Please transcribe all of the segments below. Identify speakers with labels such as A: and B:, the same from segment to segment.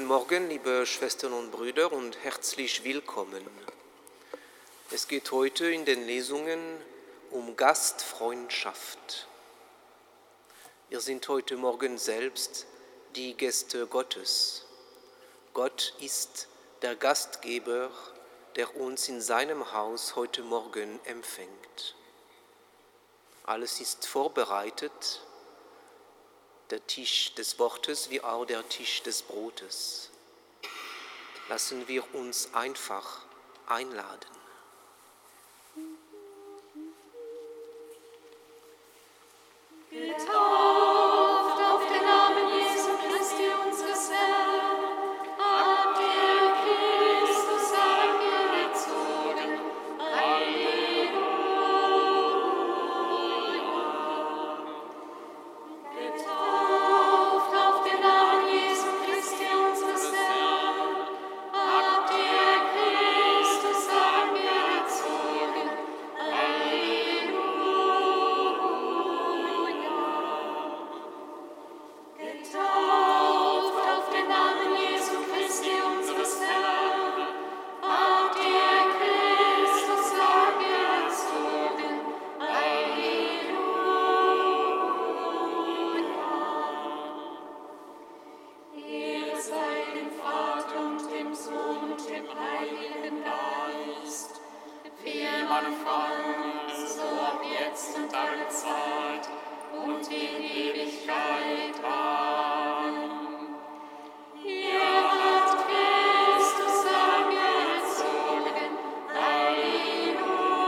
A: Morgen, liebe Schwestern und Brüder, und herzlich willkommen. Es geht heute in den Lesungen um Gastfreundschaft. Wir sind heute Morgen selbst die Gäste Gottes. Gott ist der Gastgeber, der uns in seinem Haus heute Morgen empfängt. Alles ist vorbereitet, der Tisch des Wortes wie auch der Tisch des Brotes. Lassen wir uns einfach einladen.
B: Getauft auf den Namen Jesu Christi, unseres Herrn, habt ihr Christus angezogen. Halleluja. Getauft auf den Namen Jesu Christi, unseres Herrn, habt ihr Christus angezogen. Halleluja. Getauft auf den Namen Jesu Christi, unseres Herrn, habt ihr Christus angezogen. Halleluja. Ehre sei dem Vater und dem Sohn und dem Heiligen Geist, wie im Anfang, so auch jetzt und alle Zeit und in Ewigkeit. Amen. Ihr habt Christus angezogen. Halleluja.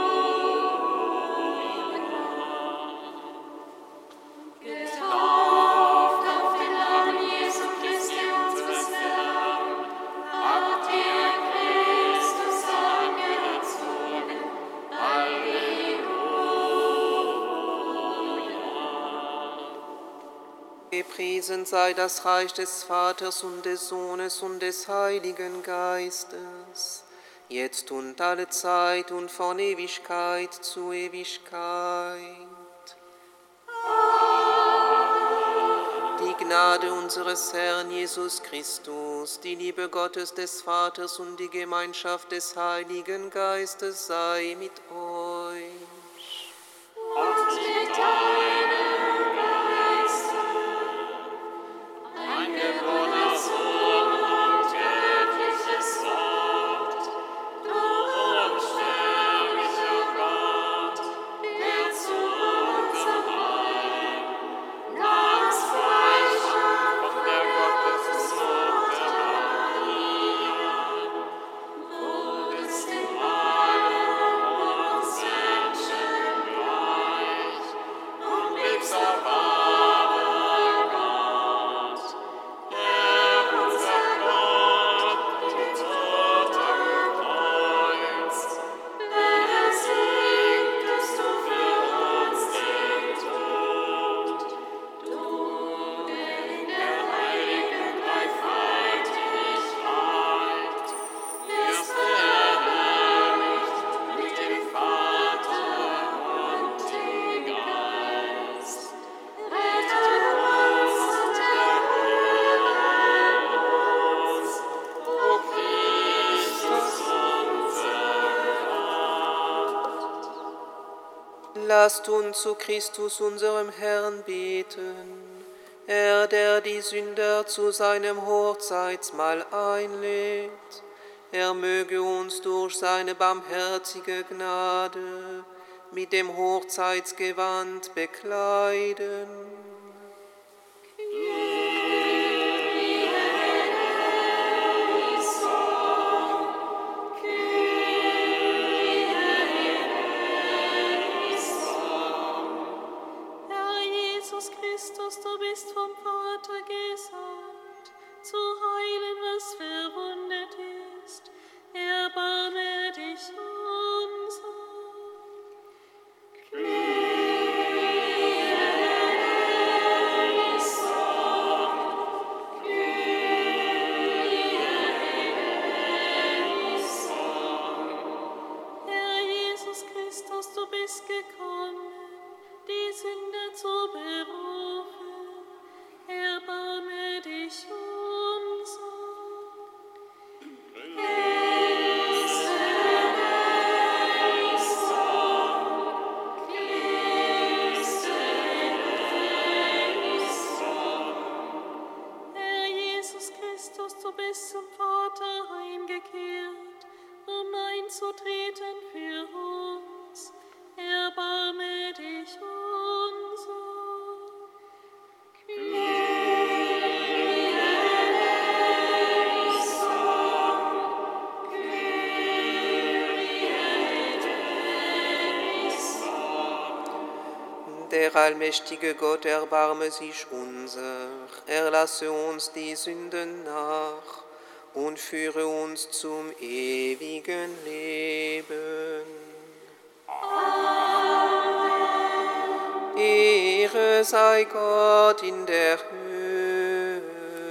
B: Getauft auf den Namen Jesu Christi, unseres Herrn, habt ihr Christus angezogen. Halleluja.
A: Gepriesen sei das Reich des Vaters und des Sohnes und des Heiligen Geistes, jetzt und alle Zeit und von Ewigkeit zu Ewigkeit. Die Gnade unseres Herrn Jesus Christus, die Liebe Gottes des Vaters und die Gemeinschaft des Heiligen Geistes sei mit euch.
B: Und mit deinem Geiste, ein geborenes und göttliches Wort, du unsterblicher Gott, der zu unserem Heil nahst Fleisch von der Gottesmutter Maria, wurdest in allem uns Menschen gleich und bliebst auf wahrer Gott, Herr unser Gott, den Tod am Kreuz. Besiegtest du für uns den Tod, du, der in der heiligen Dreifaltigkeit wirst verherrlicht mit dem Vater und dem Geist. Rette uns und erhöre uns, o Christus unser Gott.
A: Lasst uns zu Christus, unserem Herrn, beten. Er, der die Sünder zu seinem Hochzeitsmahl einlädt, er möge uns durch seine barmherzige Gnade mit dem Hochzeitsgewand bekleiden.
C: Herr Jesus Christus, du bist vom Vater gesandt, zu heilen, was verwundet ist. Erbarme dich unser. einzutreten für uns. Erbarme dich unser.
A: Der allmächtige Gott erbarme sich unser, erlasse uns die Sünden nach und führe uns zum ewigen Leben. Amen. Ehre sei Gott in der Höhe.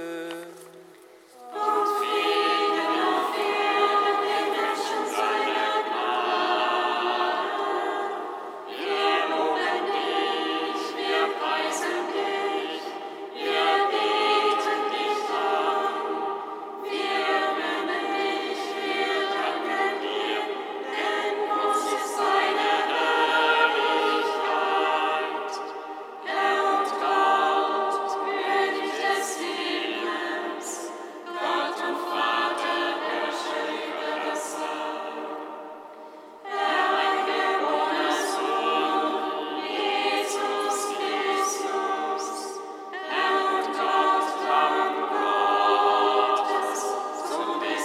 B: Und Frieden auf Erden den Menschen seiner Gnade. Wir loben dich, wir preisen dich, wir beten dich an. Wir rühmen dich, wir danken dir, denn groß ist deine Herrlichkeit. Herr und Gott, König des Himmels, Gott und Vater, herrsche über das All. Herr, eingeborener Sohn, Jesus Christus, Herr und Gott, Lamm Gottes, Sohn des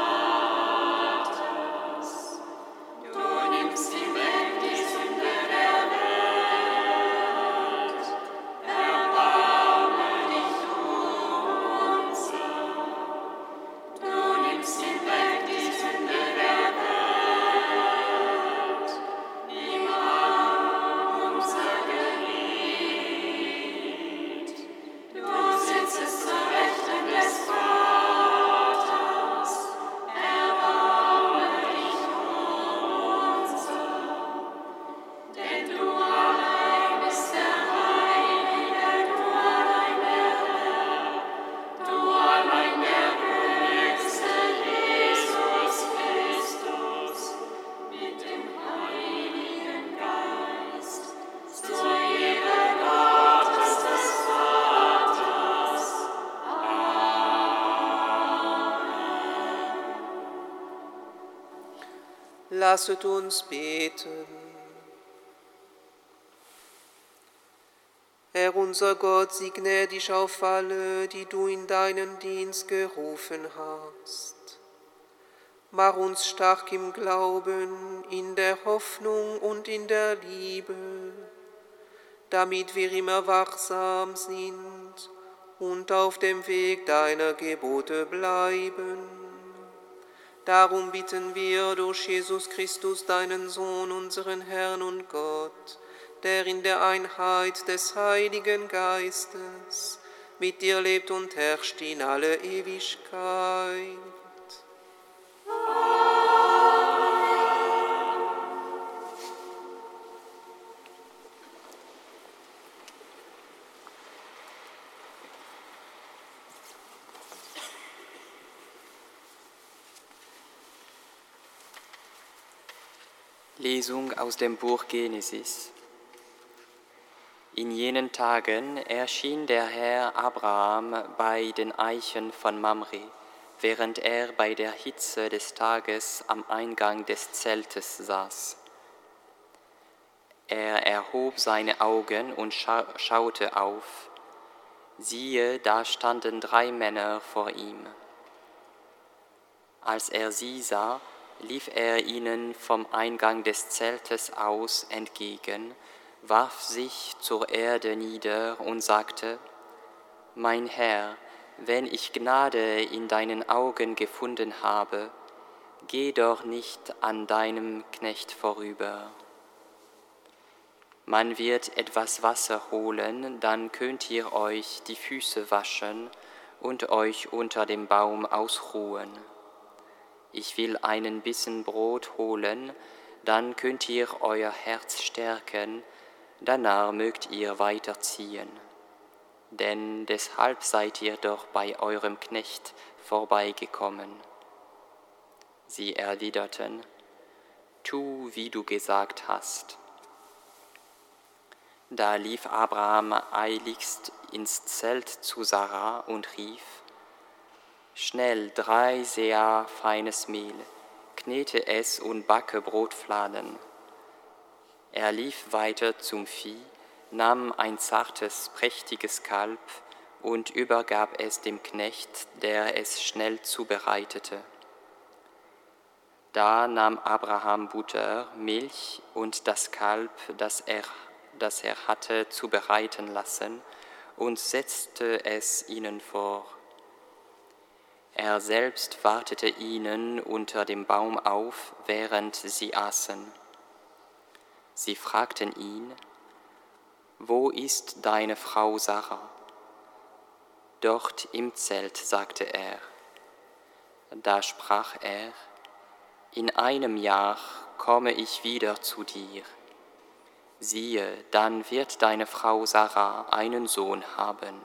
B: Vaters. Du nimmst hinweg die Sünde der Welt. Erbarme dich unser. Du nimmst hinweg die Sünde der Welt. Nimm an unser Gebet. Du sitzest zur Rechten des Vaters. Erbarme dich unser. Denn du allein bist der Heilige, du allein der Herr, du allein der Höchste, Jesus Christus, mit dem Heiligen Geist, zur Ehre Gottes des Vaters.
A: Lasset uns beten. Herr unser Gott, segne dich auf alle, die du in deinen Dienst gerufen hast. Mach uns stark im Glauben, in der Hoffnung und in der Liebe, damit wir immer wachsam sind und auf dem Weg deiner Gebote bleiben. Darum bitten wir durch Jesus Christus, deinen Sohn, unseren Herrn und Gott, der in der Einheit des Heiligen Geistes mit dir lebt und herrscht in alle Ewigkeit.
D: Lesung aus dem Buch Genesis. In jenen Tagen erschien der Herr Abraham bei den Eichen von Mamre, während er bei der Hitze des Tages am Eingang des Zeltes saß. Er erhob seine Augen und schaute auf. Siehe, da standen 3 Männer vor ihm. Als er sie sah, lief er ihnen vom Eingang des Zeltes aus entgegen, warf sich zur Erde nieder und sagte: Mein Herr, wenn ich Gnade in deinen Augen gefunden habe, geh doch nicht an deinem Knecht vorüber. Man wird etwas Wasser holen, dann könnt ihr euch die Füße waschen und euch unter dem Baum ausruhen. Ich will einen Bissen Brot holen, dann könnt ihr euer Herz stärken, danach mögt ihr weiterziehen. Denn deshalb seid ihr doch bei eurem Knecht vorbeigekommen. Sie erwiderten: Tu, wie du gesagt hast. Da lief Abraham eiligst ins Zelt zu Sarah und rief: Schnell 3 Seah feines Mehl, knete es und backe Brotfladen. Er lief weiter zum Vieh, nahm ein zartes, prächtiges Kalb und übergab es dem Knecht, der es schnell zubereitete. Da nahm Abraham Butter, Milch und das Kalb, das er hatte zubereiten lassen, und setzte es ihnen vor. Er selbst wartete ihnen unter dem Baum auf, während sie aßen. Sie fragten ihn: Wo ist deine Frau Sarah? Dort im Zelt, sagte er. Da sprach er: In einem Jahr komme ich wieder zu dir. Siehe, dann wird deine Frau Sarah einen Sohn haben.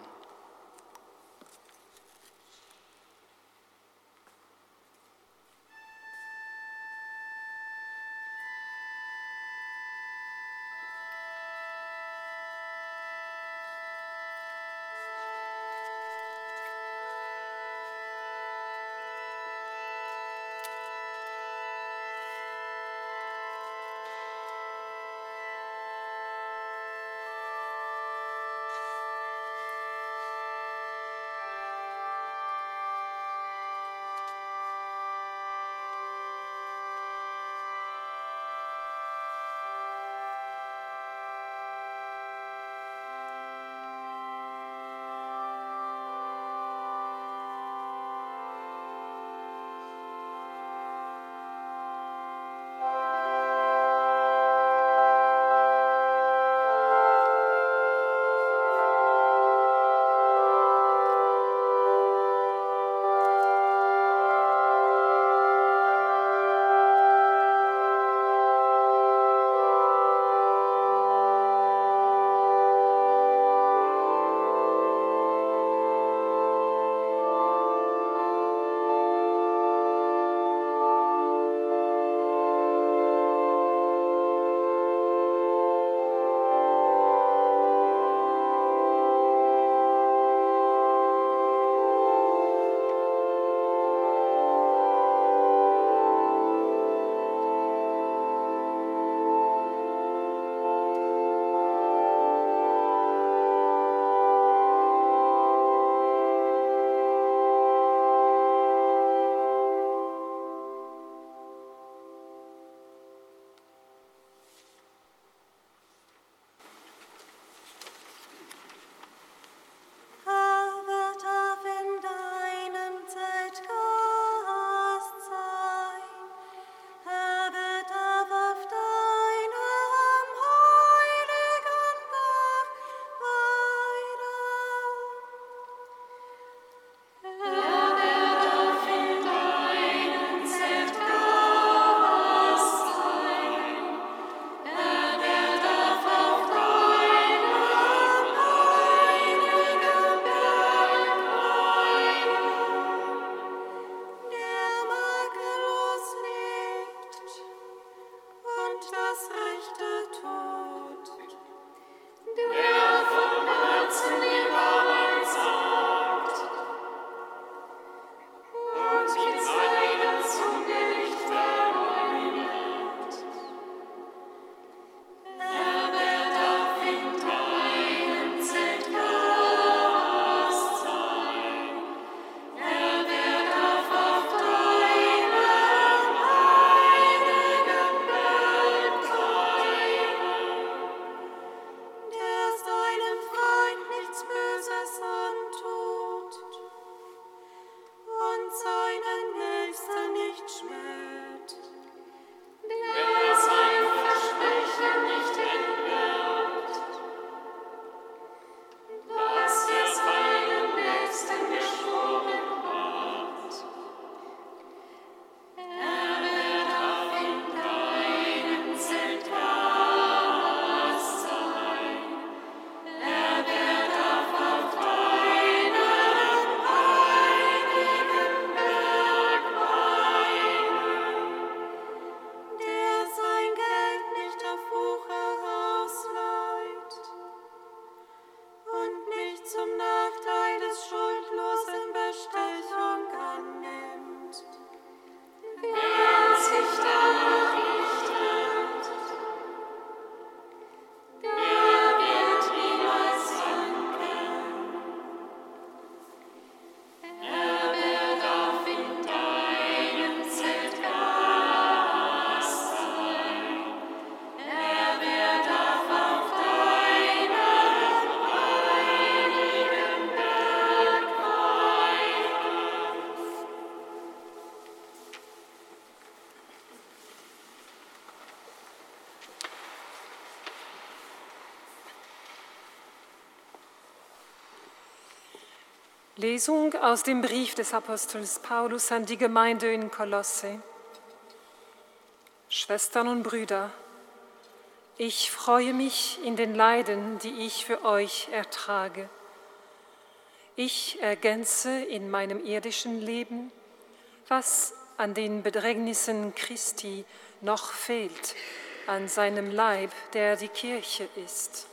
E: Lesung aus dem Brief des Apostels Paulus an die Gemeinde in Kolosse. Schwestern und Brüder, ich freue mich in den Leiden, die ich für euch ertrage. Ich ergänze in meinem irdischen Leben, was an den Bedrängnissen Christi noch fehlt, an seinem Leib, der die Kirche ist.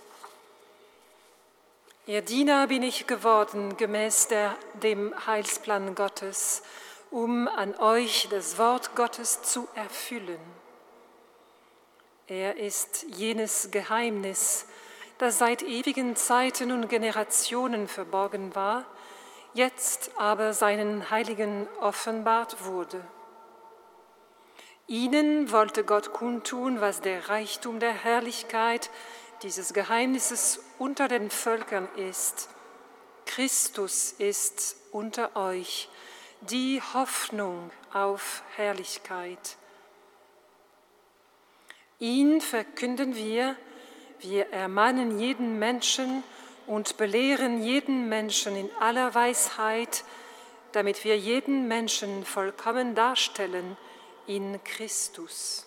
E: Ihr Diener bin ich geworden, gemäß dem Heilsplan Gottes, um an euch das Wort Gottes zu erfüllen. Er ist jenes Geheimnis, das seit ewigen Zeiten und Generationen verborgen war, jetzt aber seinen Heiligen offenbart wurde. Ihnen wollte Gott kundtun, was der Reichtum der Herrlichkeit dieses Geheimnisses unter den Völkern ist. Christus ist unter euch, die Hoffnung auf Herrlichkeit. Ihn verkünden wir ermahnen jeden Menschen und belehren jeden Menschen in aller Weisheit, damit wir jeden Menschen vollkommen darstellen in Christus.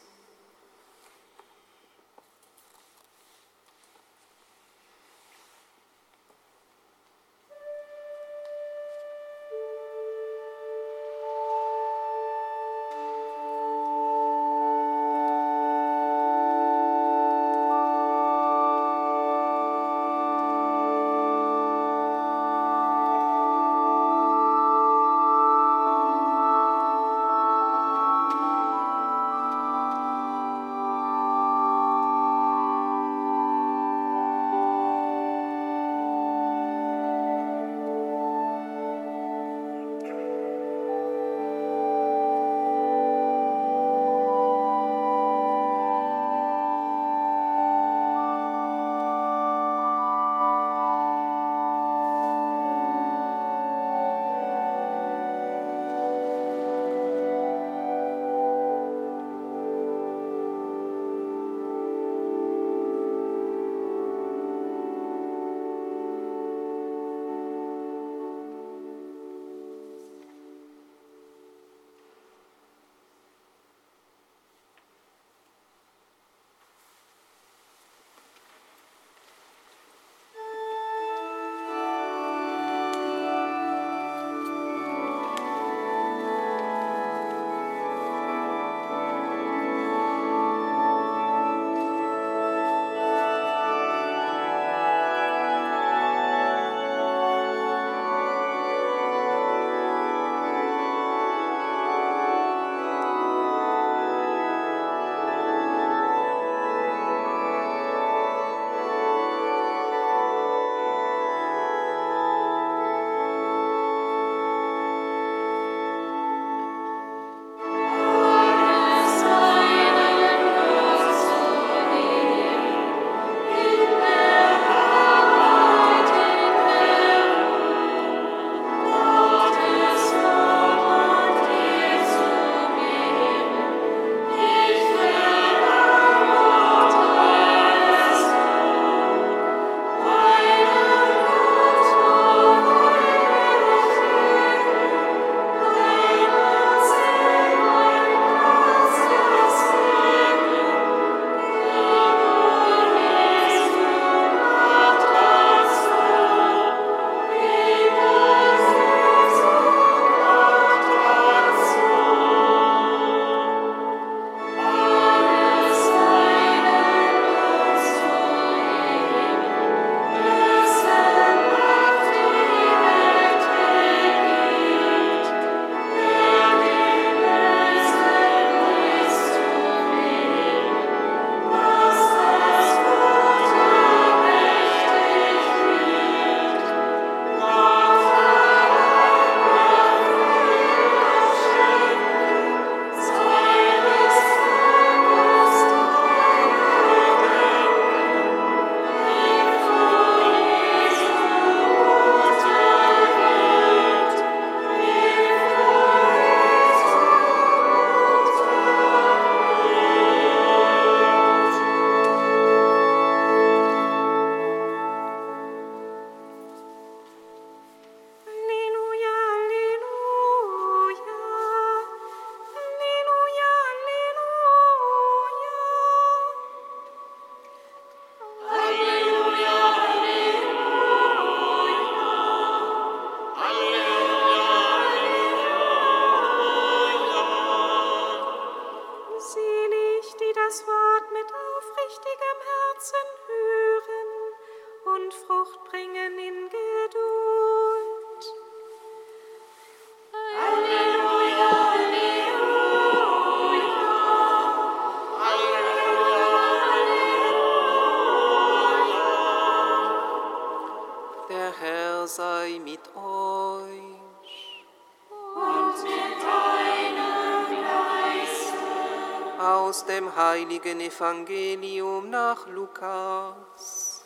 A: aus dem heiligen Evangelium nach Lukas.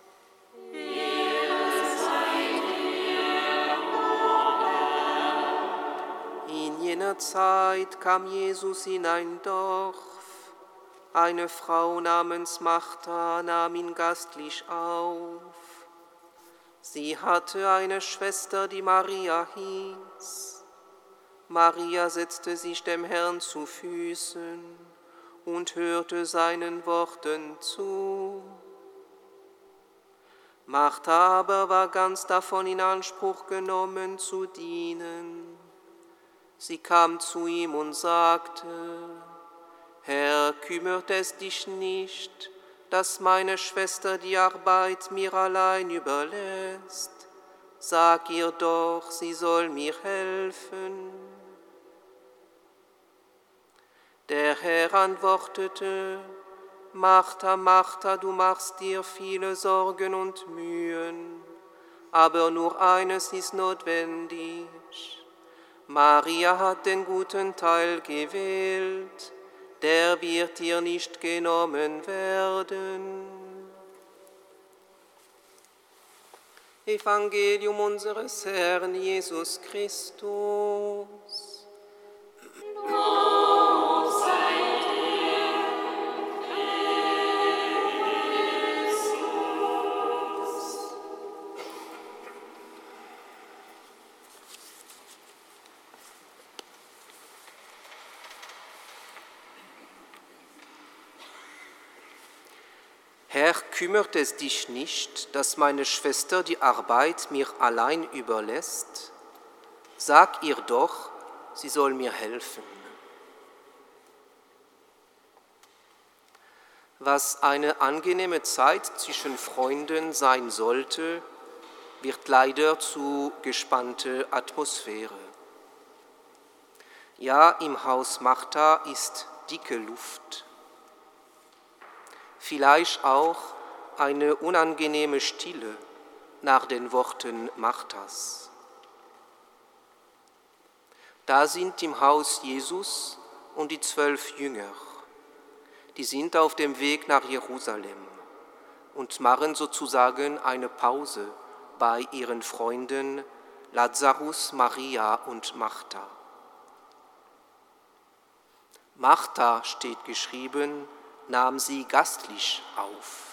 A: In jener Zeit kam Jesus in ein Dorf. Eine Frau namens Martha nahm ihn gastlich auf. Sie hatte eine Schwester, die Maria hieß. Maria setzte sich dem Herrn zu Füßen und hörte seinen Worten zu. Martha aber war ganz davon in Anspruch genommen, zu dienen. Sie kam zu ihm und sagte: Herr, kümmert es dich nicht, dass meine Schwester die Arbeit mir allein überlässt? Sag ihr doch, sie soll mir helfen. Der Herr antwortete: Martha, Martha, du machst dir viele Sorgen und Mühen, aber nur eines ist notwendig. Maria hat den guten Teil gewählt, der wird ihr nicht genommen werden. Evangelium unseres Herrn Jesus Christus.
B: Lob sei dir, Christus.
A: Herr, kümmert es dich nicht, dass meine Schwester die Arbeit mir allein überlässt? Sag ihr doch, sie soll mir helfen. Was eine angenehme Zeit zwischen Freunden sein sollte, wird leider zu gespannte Atmosphäre. Ja, im Haus Martha ist dicke Luft. Vielleicht auch eine unangenehme Stille nach den Worten Marthas. Da sind im Haus Jesus und die 12 Jünger. Die sind auf dem Weg nach Jerusalem und machen sozusagen eine Pause bei ihren Freunden Lazarus, Maria und Martha. Martha, steht geschrieben, nahm sie gastlich auf.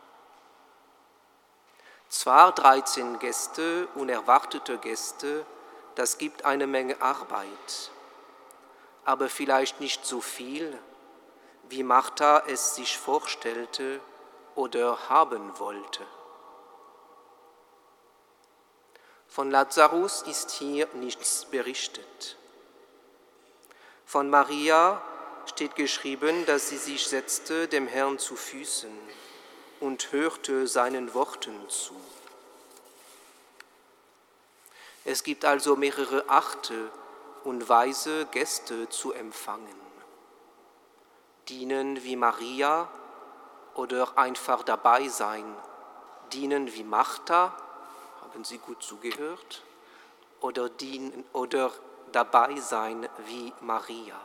A: Zwar 13 Gäste, unerwartete Gäste, das gibt eine Menge Arbeit, aber vielleicht nicht so viel, wie Martha es sich vorstellte oder haben wollte. Von Lazarus ist hier nichts berichtet. Von Maria steht geschrieben, dass sie sich setzte dem Herrn zu Füßen und hörte seinen Worten zu. Es gibt also mehrere Achte und weise Gäste zu empfangen. Dienen wie Maria oder einfach dabei sein. Dienen wie Martha, haben Sie gut zugehört? Oder dienen oder dabei sein wie Maria.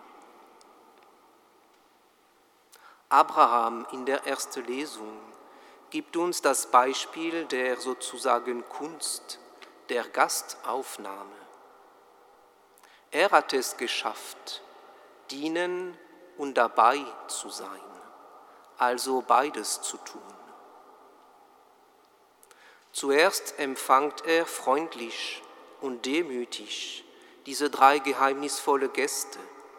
A: Abraham in der ersten Lesung gibt uns das Beispiel der sozusagen Kunst der Gastaufnahme. Er hat es geschafft, dienen und dabei zu sein, also beides zu tun. Zuerst empfängt er freundlich und demütig diese 3 geheimnisvolle Gäste.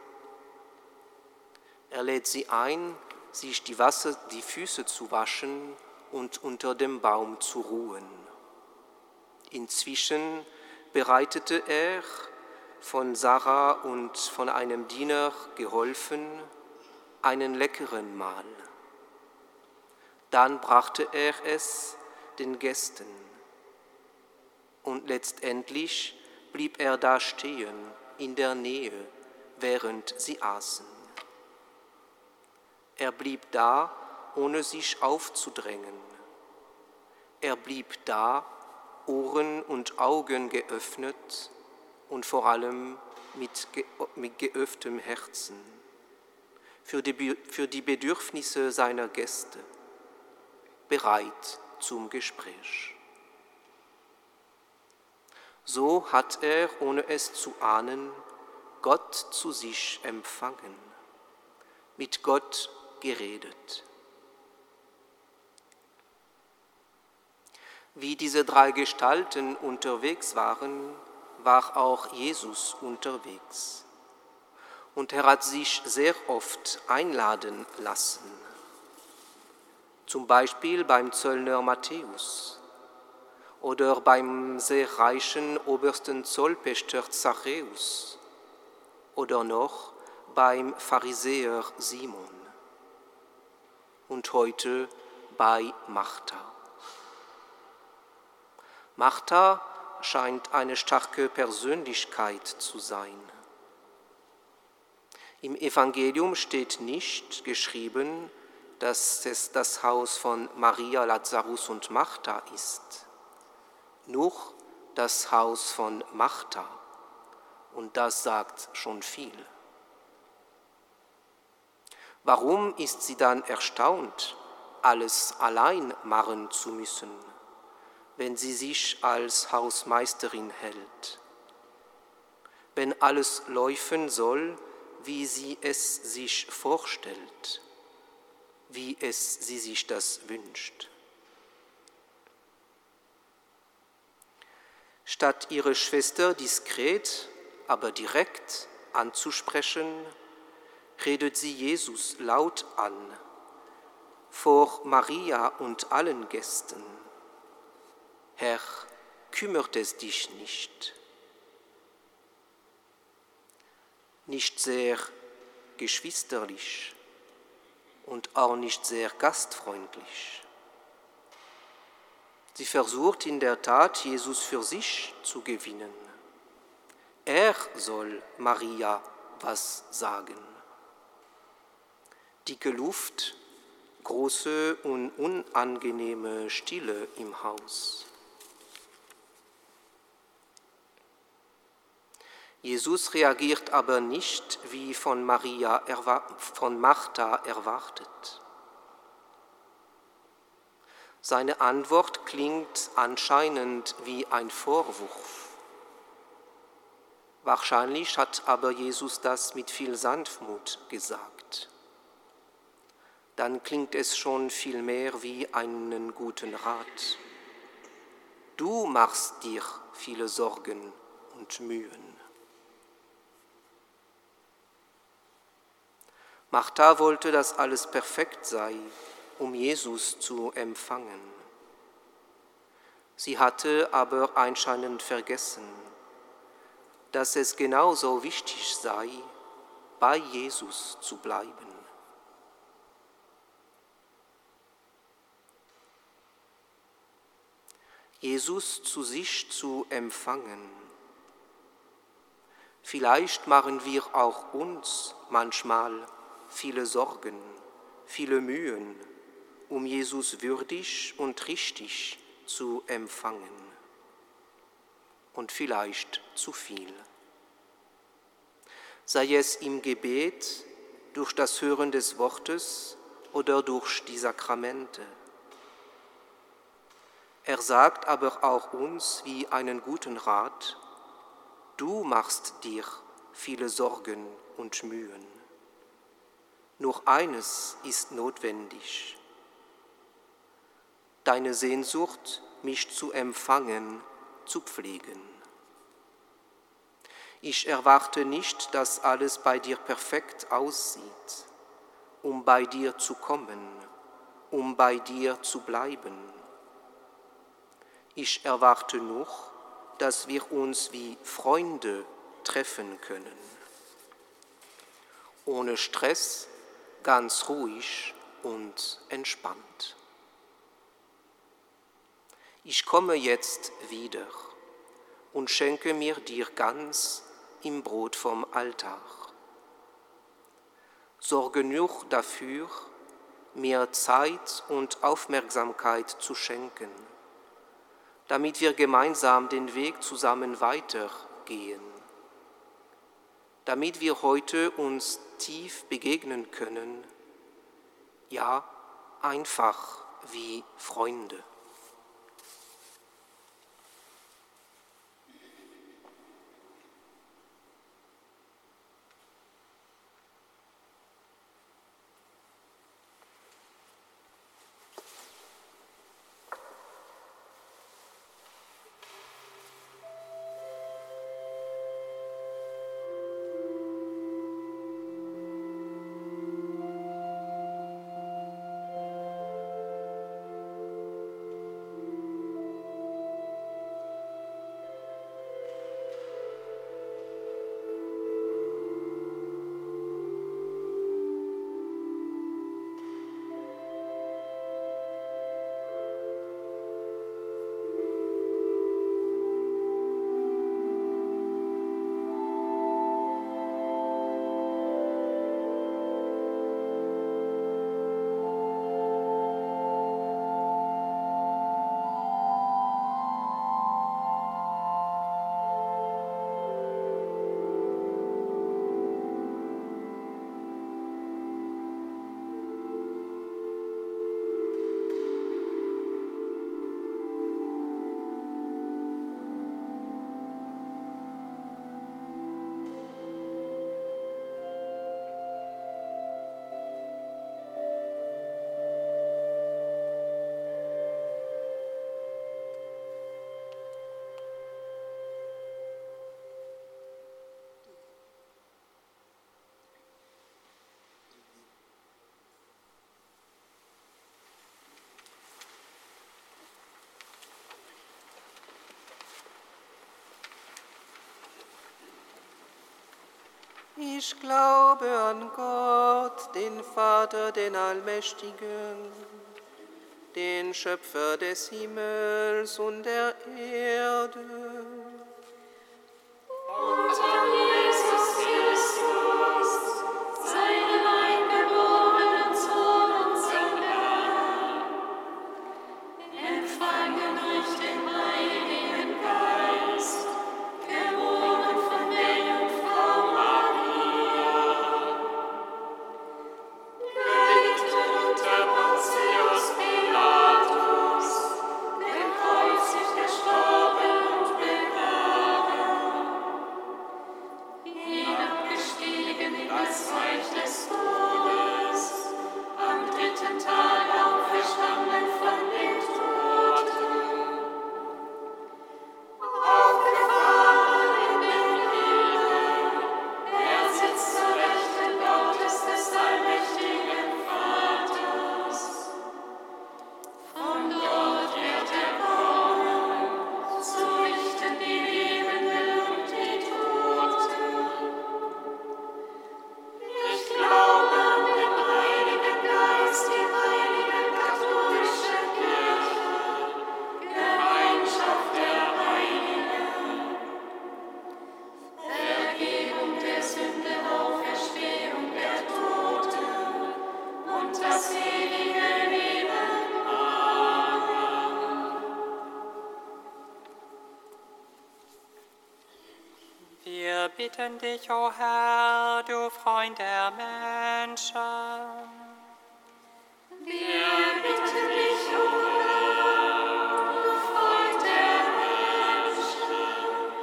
A: Er lädt sie ein, sich die Füße zu waschen und unter dem Baum zu ruhen. Inzwischen bereitete er, von Sarah und von einem Diener geholfen, einen leckeren Mahl. Dann brachte er es den Gästen und letztendlich blieb er da stehen, in der Nähe, während sie aßen. Er blieb da, ohne sich aufzudrängen. Er blieb da, Ohren und Augen geöffnet und vor allem mit geöffnetem Herzen. für die Bedürfnisse seiner Gäste, bereit zum Gespräch. So hat er, ohne es zu ahnen, Gott zu sich empfangen, mit Gott geredet. Wie diese drei Gestalten unterwegs waren, war auch Jesus unterwegs. Und er hat sich sehr oft einladen lassen. Zum Beispiel beim Zöllner Matthäus oder beim sehr reichen obersten Zollpächter Zachäus oder noch beim Pharisäer Simon und heute bei Martha. Martha scheint eine starke Persönlichkeit zu sein. Im Evangelium steht nicht geschrieben, dass es das Haus von Maria, Lazarus und Martha ist, nur das Haus von Martha, und das sagt schon viel. Warum ist sie dann erstaunt, alles allein machen zu müssen, wenn sie sich als Hausmeisterin hält? Wenn alles laufen soll, wie sie es sich vorstellt, wie sie sich das wünscht. Statt ihre Schwester diskret, aber direkt anzusprechen, redet sie Jesus laut an, vor Maria und allen Gästen. Herr, kümmert es dich nicht? Nicht sehr geschwisterlich und auch nicht sehr gastfreundlich. Sie versucht in der Tat, Jesus für sich zu gewinnen. Er soll Maria was sagen. Dicke Luft, große und unangenehme Stille im Haus. Jesus reagiert aber nicht, wie von Martha erwartet. Seine Antwort klingt anscheinend wie ein Vorwurf. Wahrscheinlich hat aber Jesus das mit viel Sanftmut gesagt. Dann klingt es schon viel mehr wie einen guten Rat. Du machst dir viele Sorgen und Mühen. Martha wollte, dass alles perfekt sei, um Jesus zu empfangen. Sie hatte aber anscheinend vergessen, dass es genauso wichtig sei, bei Jesus zu bleiben. Jesus zu sich zu empfangen. Vielleicht machen wir auch uns manchmal viele Sorgen, viele Mühen, um Jesus würdig und richtig zu empfangen. Und vielleicht zu viel. Sei es im Gebet, durch das Hören des Wortes oder durch die Sakramente. Er sagt aber auch uns wie einen guten Rat: Du machst dir viele Sorgen und Mühen. Nur eines ist notwendig: deine Sehnsucht, mich zu empfangen, zu pflegen. Ich erwarte nicht, dass alles bei dir perfekt aussieht, um bei dir zu kommen, um bei dir zu bleiben. Ich erwarte nur, dass wir uns wie Freunde treffen können. Ohne Stress, ganz ruhig und entspannt. Ich komme jetzt wieder und schenke mir dir ganz im Brot vom Altar. Sorge nur dafür, mir Zeit und Aufmerksamkeit zu schenken, damit wir gemeinsam den Weg zusammen weitergehen. damit wir heute uns tief begegnen können, ja, einfach wie Freunde. Ich glaube an Gott, den Vater, den Allmächtigen, den Schöpfer des Himmels und der Erde.
B: Und an Jesus Christus, seinen eingeborenen Sohn, unseren Herrn, empfangen durch den Heiligen Geist, geboren von der Jungfrau Maria, gelitten unter Pontius Pilatus, gekreuzigt, gestorben und begraben, hinabgestiegen in das Reich des Todes, am dritten Tag auferstanden von den Toten, aufgefahren in den Himmel, er sitzt zur Rechten Gottes des allmächtigen Vaters. Von dort wird er kommen, zu richten die Lebenden und die Toten. Ich glaube an den Heiligen Geist, die heilige katholische Kirche, Gemeinschaft der Heiligen, Vergebung der Sünde, Auferstehung der Toten und das ewige Leben.
F: Wir bitten dich, o Herr, du Freund der Menschen.
B: Wir bitten dich, o Herr, du Freund der Menschen.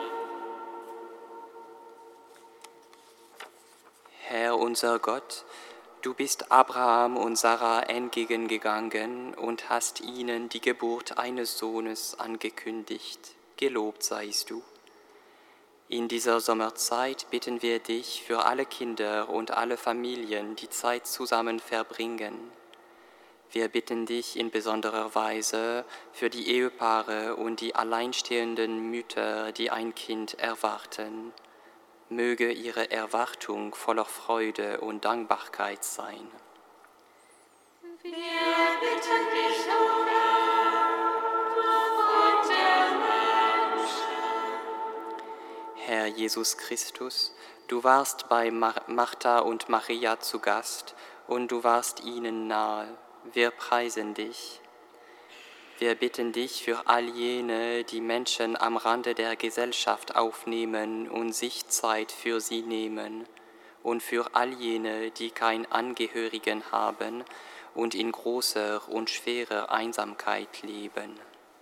D: Herr unser Gott, du bist Abraham und Sarah entgegengegangen und hast ihnen die Geburt eines Sohnes angekündigt. Gelobt seist du. In dieser Sommerzeit bitten wir dich für alle Kinder und alle Familien, die Zeit zusammen verbringen. Wir bitten dich in besonderer Weise für die Ehepaare und die alleinstehenden Mütter, die ein Kind erwarten. Möge ihre Erwartung voller Freude und Dankbarkeit sein.
B: Wir bitten dich, o Herr, du Freund der Menschen.
D: Herr Jesus Christus, du warst bei Martha und Maria zu Gast und du warst ihnen nahe. Wir preisen dich. Wir bitten dich für all jene, die Menschen am Rande der Gesellschaft aufnehmen und sich Zeit für sie nehmen, und für all jene, die keinen Angehörigen haben und in großer und schwerer Einsamkeit leben.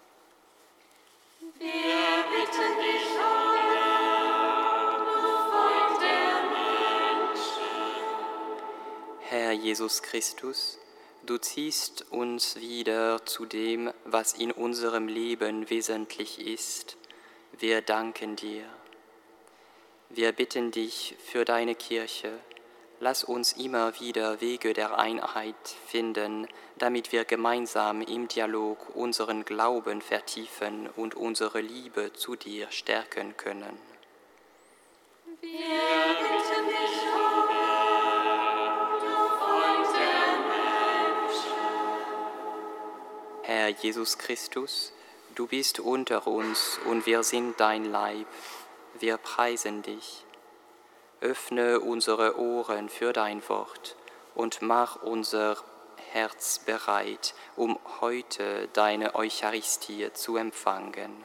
B: Wir bitten dich, o Herr, du Freund der Menschen.
D: Herr Jesus Christus, du ziehst uns wieder zu dem, was in unserem Leben wesentlich ist. Wir danken dir. Wir bitten dich für deine Kirche. Lass uns immer wieder Wege der Einheit finden, damit wir gemeinsam im Dialog unseren Glauben vertiefen und unsere Liebe zu dir stärken können.
B: Wir bitten dich, o Herr, du Freund der Menschen.
D: Herr Jesus Christus, du bist unter uns und wir sind dein Leib. Wir preisen dich. Öffne unsere Ohren für dein Wort und mach unser Herz bereit, um heute deine Eucharistie zu empfangen.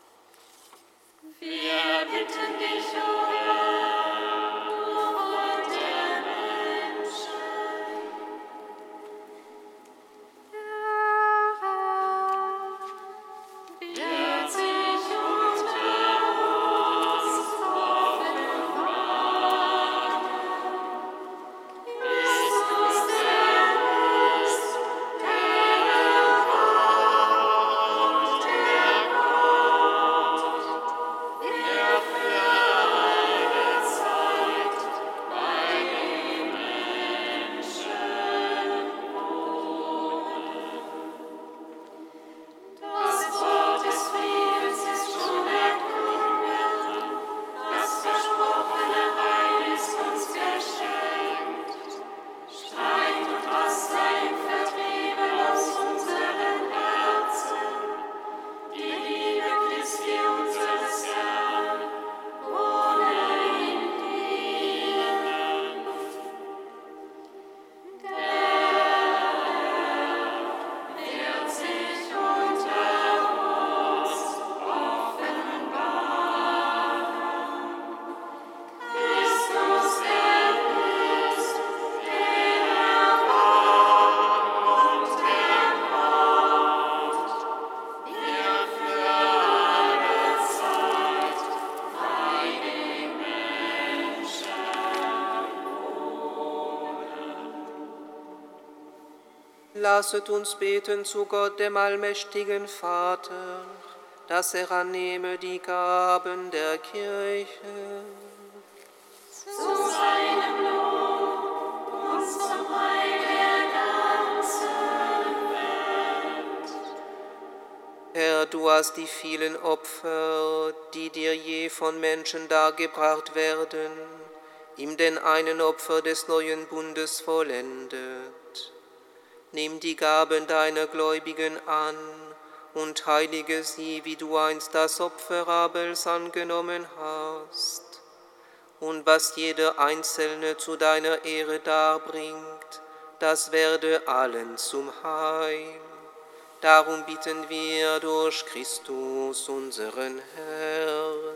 B: Wir bitten dich, o Herr, du Freund der Menschen. Wird sich unter uns offenbaren. Christus der ist, der war und der kommt, der für alle Zeit bei den Menschen wohnt. Das Wort des Friedens ist schon erklungen, das versprochene Heil ist uns geschenkt. Streit und Hass seien vertrieben aus unseren Herzen. Die Liebe Christi unseres Herrn wohne in ihnen. Der Herr wird sich unter uns offenbaren. Christus ist, der war und der kommt, der für alle Zeit bei den Menschen
A: Lasset uns beten zu Gott, dem allmächtigen Vater, dass er annehme die Gaben der Kirche.
B: zu seinem Lob und zum Heil der ganzen Welt.
A: Herr, du hast die vielen Opfer, die dir je von Menschen dargebracht werden, ihm den einen Opfer des neuen Bundes vollendet. Nimm die Gaben deiner Gläubigen an und heilige sie, wie du einst das Opfer Abels angenommen hast. Und was jeder Einzelne zu deiner Ehre darbringt, das werde allen zum Heil. Darum bitten wir durch Christus, unseren Herrn.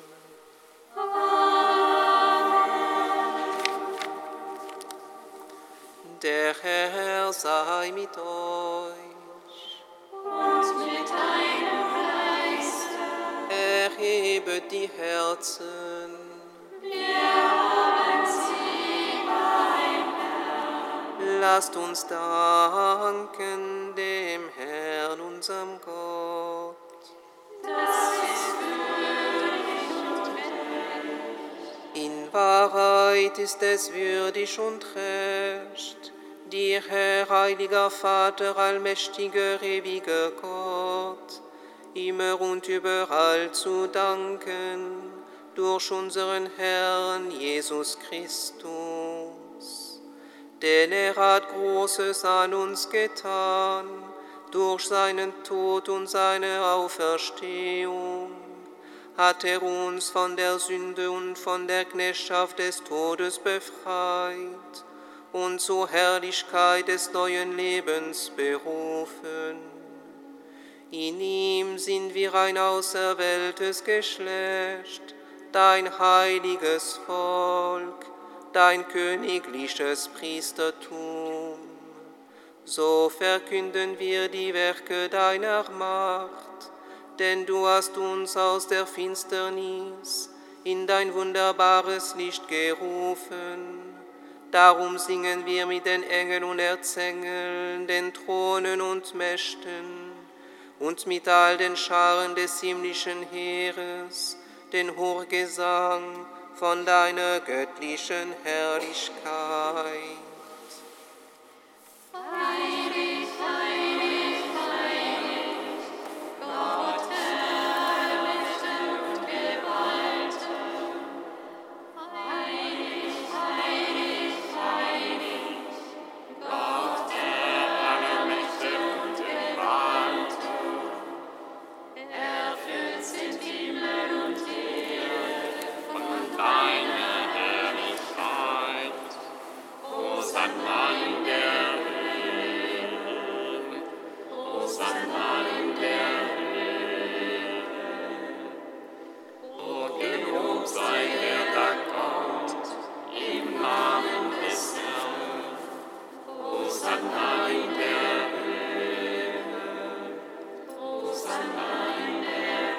A: Der Herr sei mit euch.
B: Und mit deinem Geiste.
A: Erhebet die Herzen.
B: Wir haben sie beim Herrn.
A: Lasst uns danken dem Herrn, unserem Gott.
B: Das ist würdig und recht.
A: In Wahrheit ist es würdig und recht, dir, Herr, heiliger Vater, allmächtiger, ewiger Gott, immer und überall zu danken, durch unseren Herrn Jesus Christus. Denn er hat Großes an uns getan, durch seinen Tod und seine Auferstehung hat er uns von der Sünde und von der Knechtschaft des Todes befreit und zur Herrlichkeit des neuen Lebens berufen. In ihm sind wir ein auserwähltes Geschlecht, dein heiliges Volk, dein königliches Priestertum. So verkünden wir die Werke deiner Macht, denn du hast uns aus der Finsternis in dein wunderbares Licht gerufen. Darum singen wir mit den Engeln und Erzengel, den Thronen und Mächten und mit all den Scharen des himmlischen Heeres den Hochgesang von deiner göttlichen Herrlichkeit.
B: Heilig, heilig, heilig, Gott der Mächte und Gewalten. Heilig, heilig, heilig, Gott der aller Mächte und Gewalten. Erfüllt sind Himmel und Erde von deiner Herrlichkeit. Hosanna in der Hosanna in der Höhe. O gelobt sei der da kommt, im Namen des Herrn. Hosanna in der Höhe. Hosanna in der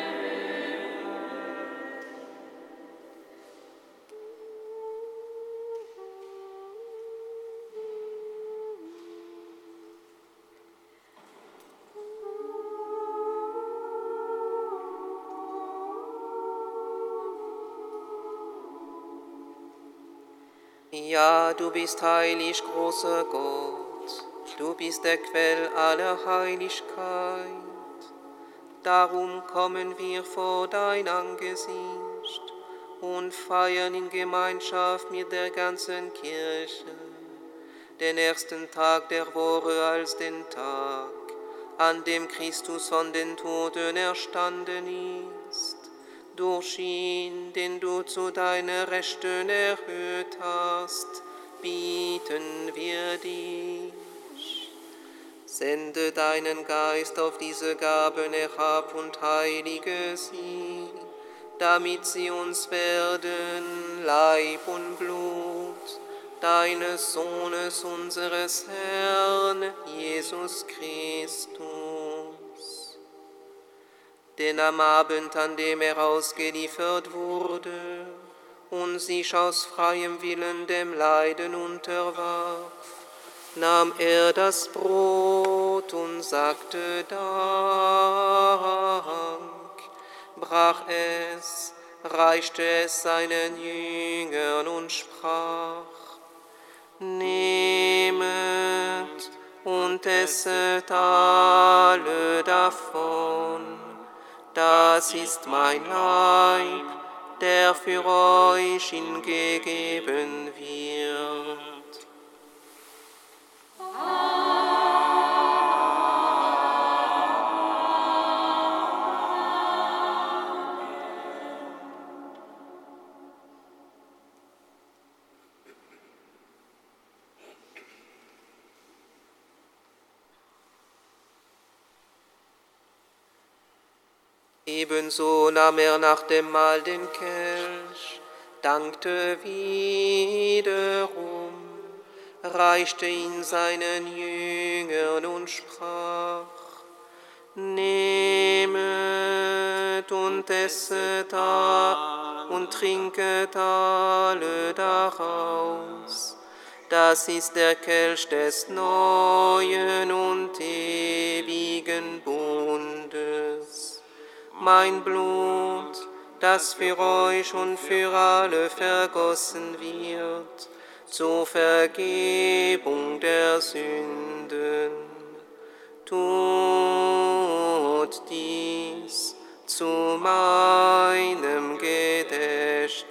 A: Ja, du bist heilig, großer Gott, du bist der Quell aller Heiligkeit. Darum kommen wir vor dein Angesicht und feiern in Gemeinschaft mit der ganzen Kirche den ersten Tag der Woche als den Tag, an dem Christus von den Toten erstanden ist. Durch ihn, den du zu deiner Rechten erhöht hast, bieten wir dich. Sende deinen Geist auf diese Gaben herab und heilige sie, damit sie uns werden, Leib und Blut deines Sohnes, unseres Herrn, Jesus Christus. Denn am Abend, an dem er ausgeliefert wurde und sich aus freiem Willen dem Leiden unterwarf, nahm er das Brot und sagte Dank, brach es, reichte es seinen Jüngern und sprach: Nehmet und esset alle davon. Das ist mein Leib, der für euch hingegeben wird. Ebenso nahm er nach dem Mahl den Kelch, dankte wiederum, reichte ihn seinen Jüngern und sprach: Nehmet und esset und trinket alle daraus. Das ist der Kelch des neuen und ewigen Bundes. Mein Blut, das für euch und für alle vergossen wird, zur Vergebung der Sünden. Tut dies zu meinem Gedächtnis.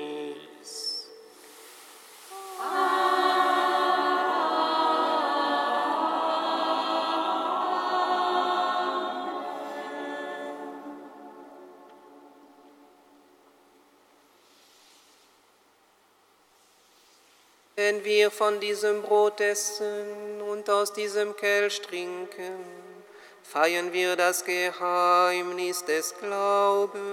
A: Wenn wir von diesem Brot essen und aus diesem Kelch trinken, feiern wir das Geheimnis des Glaubens.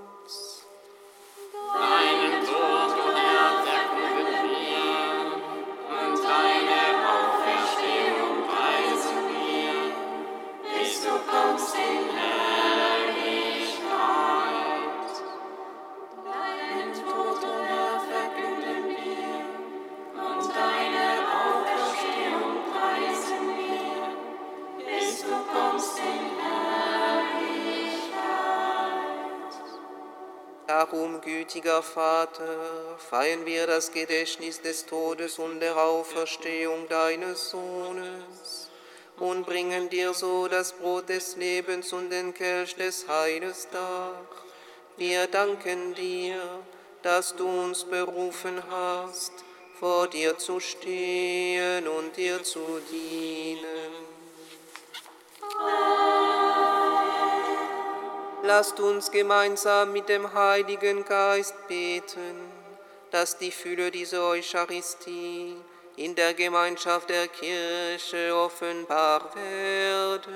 B: Deinen Tod, o Herr, verkünden wir, und deine Auferstehung preisen wir, bis du kommst in Herrlichkeit. Deinen Tod, o Herr, verkünden wir, und deine Auferstehung preisen wir, bis du kommst in Herrlichkeit.
A: Darum, gütiger Vater, feiern wir das Gedächtnis des Todes und der Auferstehung deines Sohnes und bringen dir so das Brot des Lebens und den Kelch des Heiles dar. Wir danken dir, dass du uns berufen hast, vor dir zu stehen und dir zu dienen. Lasst uns gemeinsam mit dem Heiligen Geist beten, dass die Fülle dieser Eucharistie in der Gemeinschaft der Kirche offenbar werde.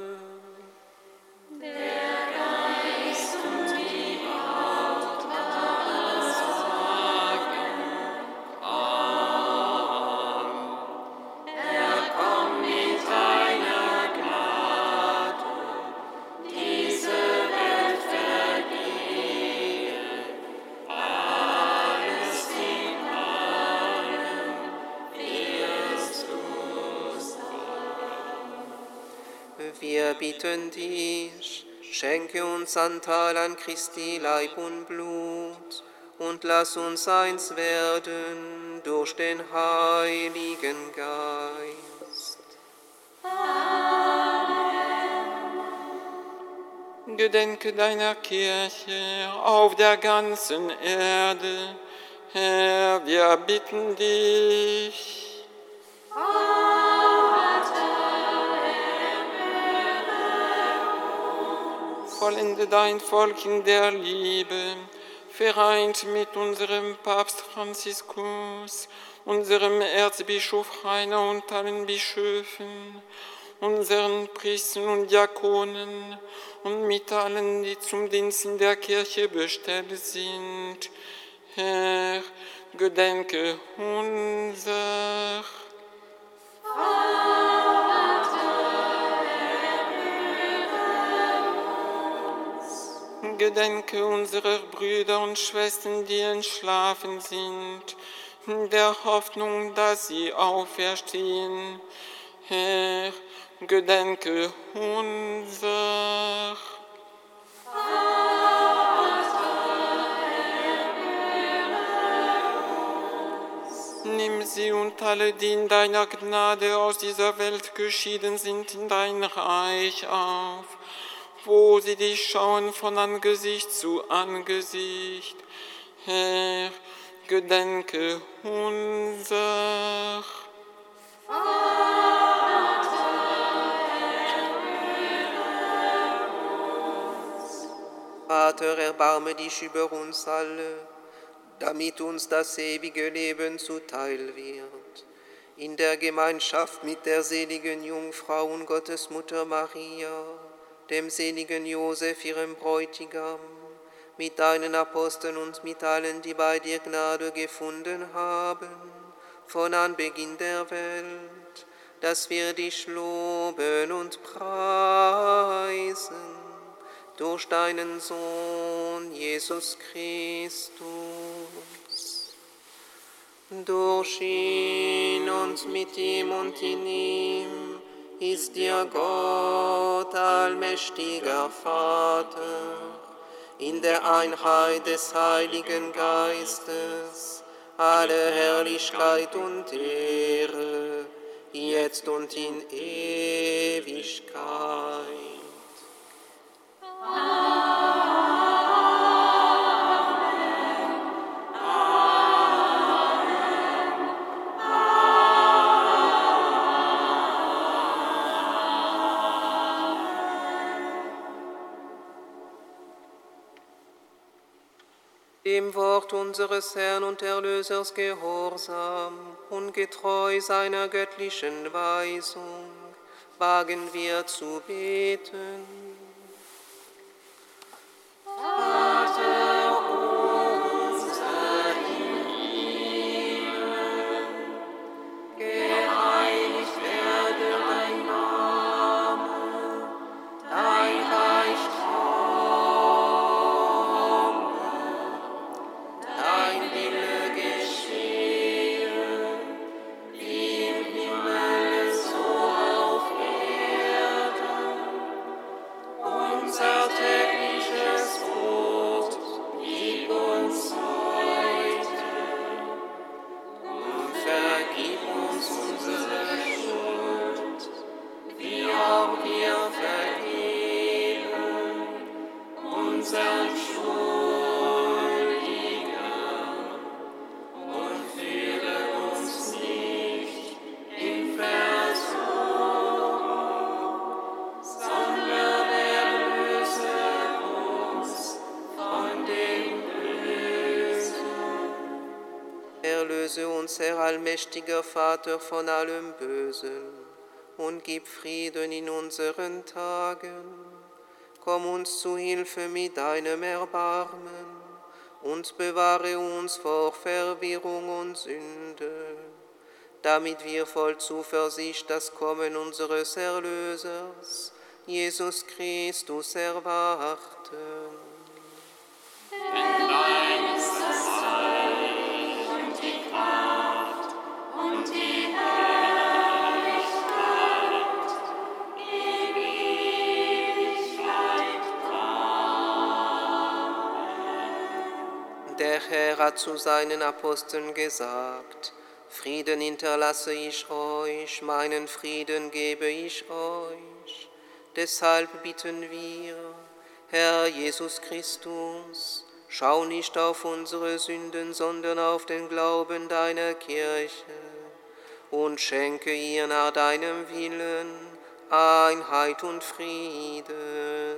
A: Wir bitten dich, schenke uns Anteil an Christi Leib und Blut und lass uns eins werden durch den Heiligen Geist.
F: Gedenke deiner Kirche auf der ganzen Erde. Herr, wir bitten dich. Vollende dein Volk in der Liebe, vereint mit unserem Papst Franziskus, unserem Erzbischof Rainer und allen Bischöfen, unseren Priestern und Diakonen und mit allen, die zum Dienst in der Kirche bestellt sind. Herr, gedenke unser. Gedenke unserer Brüder und Schwestern, die entschlafen sind, in der Hoffnung, dass sie auferstehen. Herr, gedenke unser. Nimm sie und alle, die in deiner Gnade aus dieser Welt geschieden sind, in dein Reich auf, wo sie dich schauen von Angesicht zu Angesicht. Herr, gedenke unser.
A: Vater, erbarme dich über uns alle, damit uns das ewige Leben zuteil wird. In der Gemeinschaft mit der seligen Jungfrau und Gottesmutter Maria, dem seligen Josef, ihrem Bräutigam, mit deinen Aposteln und mit allen, die bei dir Gnade gefunden haben, von Anbeginn der Welt, dass wir dich loben und preisen durch deinen Sohn, Jesus Christus. Durch ihn und mit ihm und in ihm ist dir Gott, allmächtiger Vater, in der Einheit des Heiligen Geistes, alle Herrlichkeit und Ehre, jetzt und in Ewigkeit. Dem Wort unseres Herrn und Erlösers gehorsam und getreu seiner göttlichen Weisung, Wagen wir zu beten.
B: Vater unser im Himmel, geheiligt werde dein Name, dein Reich komme, dein Wille geschehe, wie im Himmel so auf Erden. Unser tägliches Brot gib uns heute und vergib uns unsere Schuld, wie auch wir vergeben unseren Schuldigen, und führe uns nicht in Versuchung, sondern erlöse uns von dem Bösen.
A: Erlöse uns, Herr allmächtiger Vater, von allem Bösen und gib Frieden in unseren Tagen. Komm uns zu Hilfe mit deinem Erbarmen und bewahre uns vor Verwirrung und Sünde, damit wir voll Zuversicht das Kommen unseres Erlösers, Jesus Christus, erwarten.
B: Denn dein ist das Reich und die Kraft und die Herrlichkeit in Ewigkeit. Amen.
A: Der Herr hat zu seinen Aposteln gesagt: Frieden hinterlasse ich euch, meinen Frieden gebe ich euch. Deshalb bitten wir, Herr Jesus Christus, schau nicht auf unsere Sünden, sondern auf den Glauben deiner Kirche und schenke ihr nach deinem Willen Einheit und Frieden.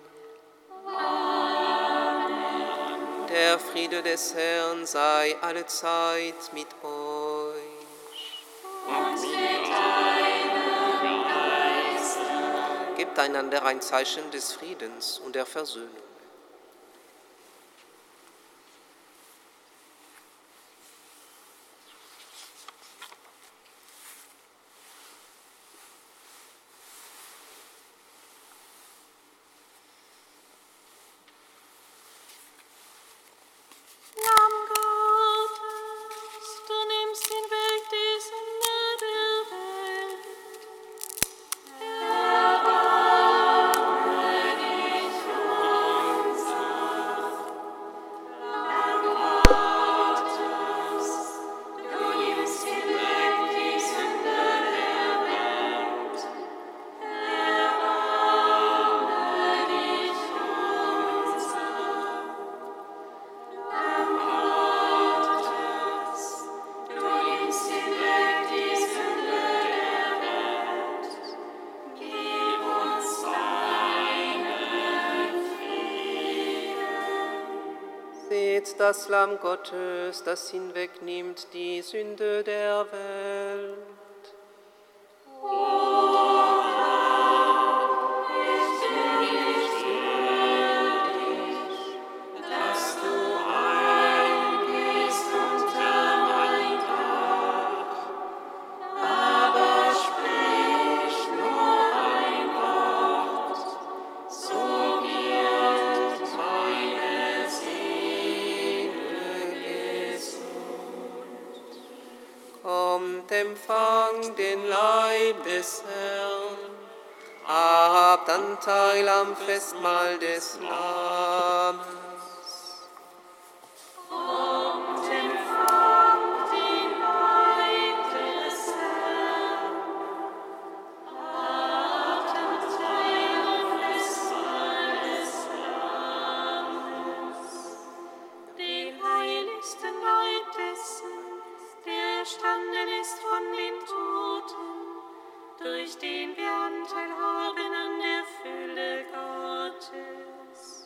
A: Amen. Der Friede des Herrn sei allezeit mit euch.
B: Und mit deinem Geiste.
A: Gebt einander ein Zeichen des Friedens und der Versöhnung.
C: Lamm Gottes, du nimmst hinweg die Sünde der Welt.
B: Erbarme dich unser. Lamm Gottes, du nimmst hinweg die Sünde der Welt. Erbarme dich unser. Lamm Gottes, du nimmst hinweg die Sünde der Welt. Gib uns deinen Frieden.
A: Seht das Lamm Gottes, das hinwegnimmt die Sünde der Welt.
B: Ich bin nicht würdig, dass du eingehst unter mein Dach, aber sprich nur ein Wort, so wird meine Seele gesund.
A: Kommt, empfangt den Leib des Herrn, habt Anteil am Festmahl des Lammes.
B: Und empfangt den Leib des Herrn, habt Anteil am Festmahl des Lammes.
C: Den heiligsten Leib dessen, der erstanden ist von den Toten, durch den wir Anteil haben an der Fülle Gottes.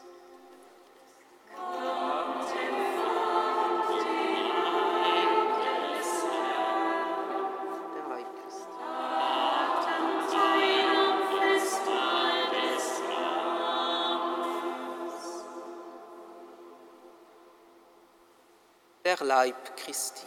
B: Kommt, empfangt den Leib des Herrn,
A: Der Leib Christi.
B: habt Anteil
A: der Leib Christi.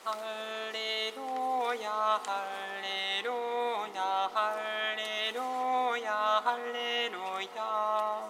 F: Halleluja, Halleluja, Halleluja, Halleluja.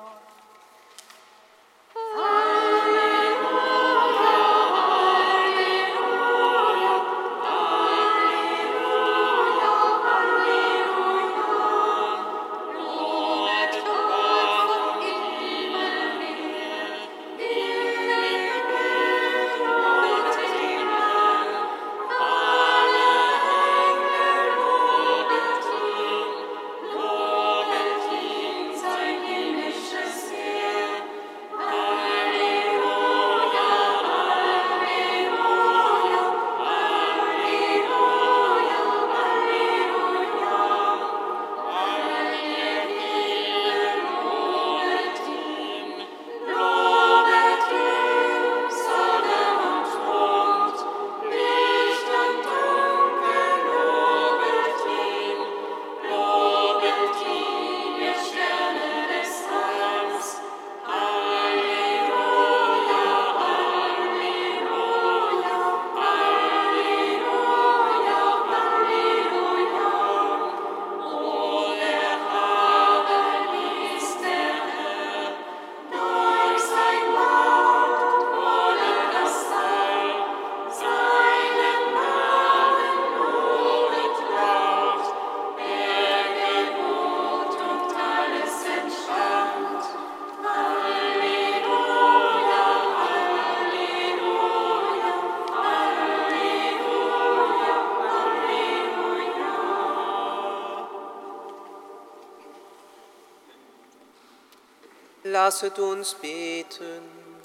A: Lasset uns beten.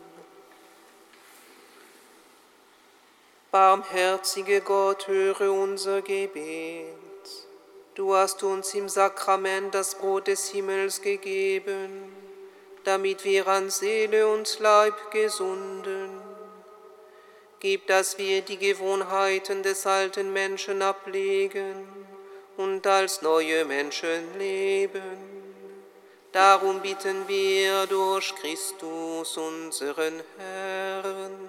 A: Barmherziger Gott, höre unser Gebet. Du hast uns im Sakrament das Brot des Himmels gegeben, damit wir an Seele und Leib gesunden. Gib, dass wir die Gewohnheiten des alten Menschen ablegen und als neue Menschen leben. Darum bitten wir durch Christus, unseren Herrn.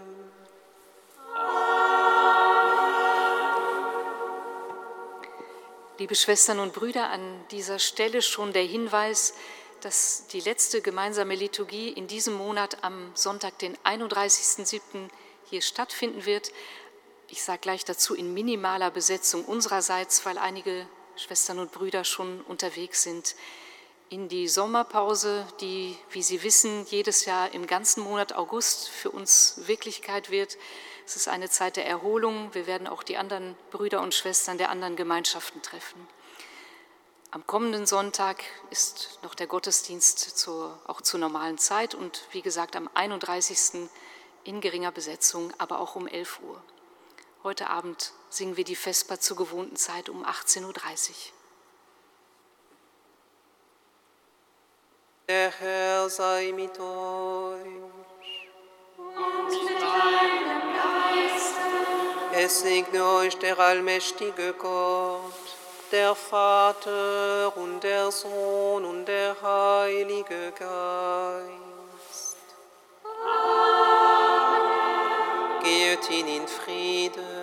G: Liebe Schwestern und Brüder, an dieser Stelle schon der Hinweis, dass die letzte gemeinsame Liturgie in diesem Monat am Sonntag, den 31.07. hier stattfinden wird. Ich sage gleich dazu in minimaler Besetzung unsererseits, weil einige Schwestern und Brüder schon unterwegs sind in die Sommerpause, die, wie Sie wissen, jedes Jahr im ganzen Monat August für uns Wirklichkeit wird. Es ist eine Zeit der Erholung. Wir werden auch die anderen Brüder und Schwestern der anderen Gemeinschaften treffen. Am kommenden Sonntag ist noch der Gottesdienst auch zur normalen Zeit und wie gesagt am 31. in geringer Besetzung, aber auch um 11 Uhr. Heute Abend singen wir die Vesper zur gewohnten Zeit um 18.30 Uhr.
A: Der Herr sei mit euch.
B: Und mit deinem Geiste.
A: Es segne euch der allmächtige Gott, der Vater und der Sohn und der Heilige Geist. Amen. Geht hin in Frieden.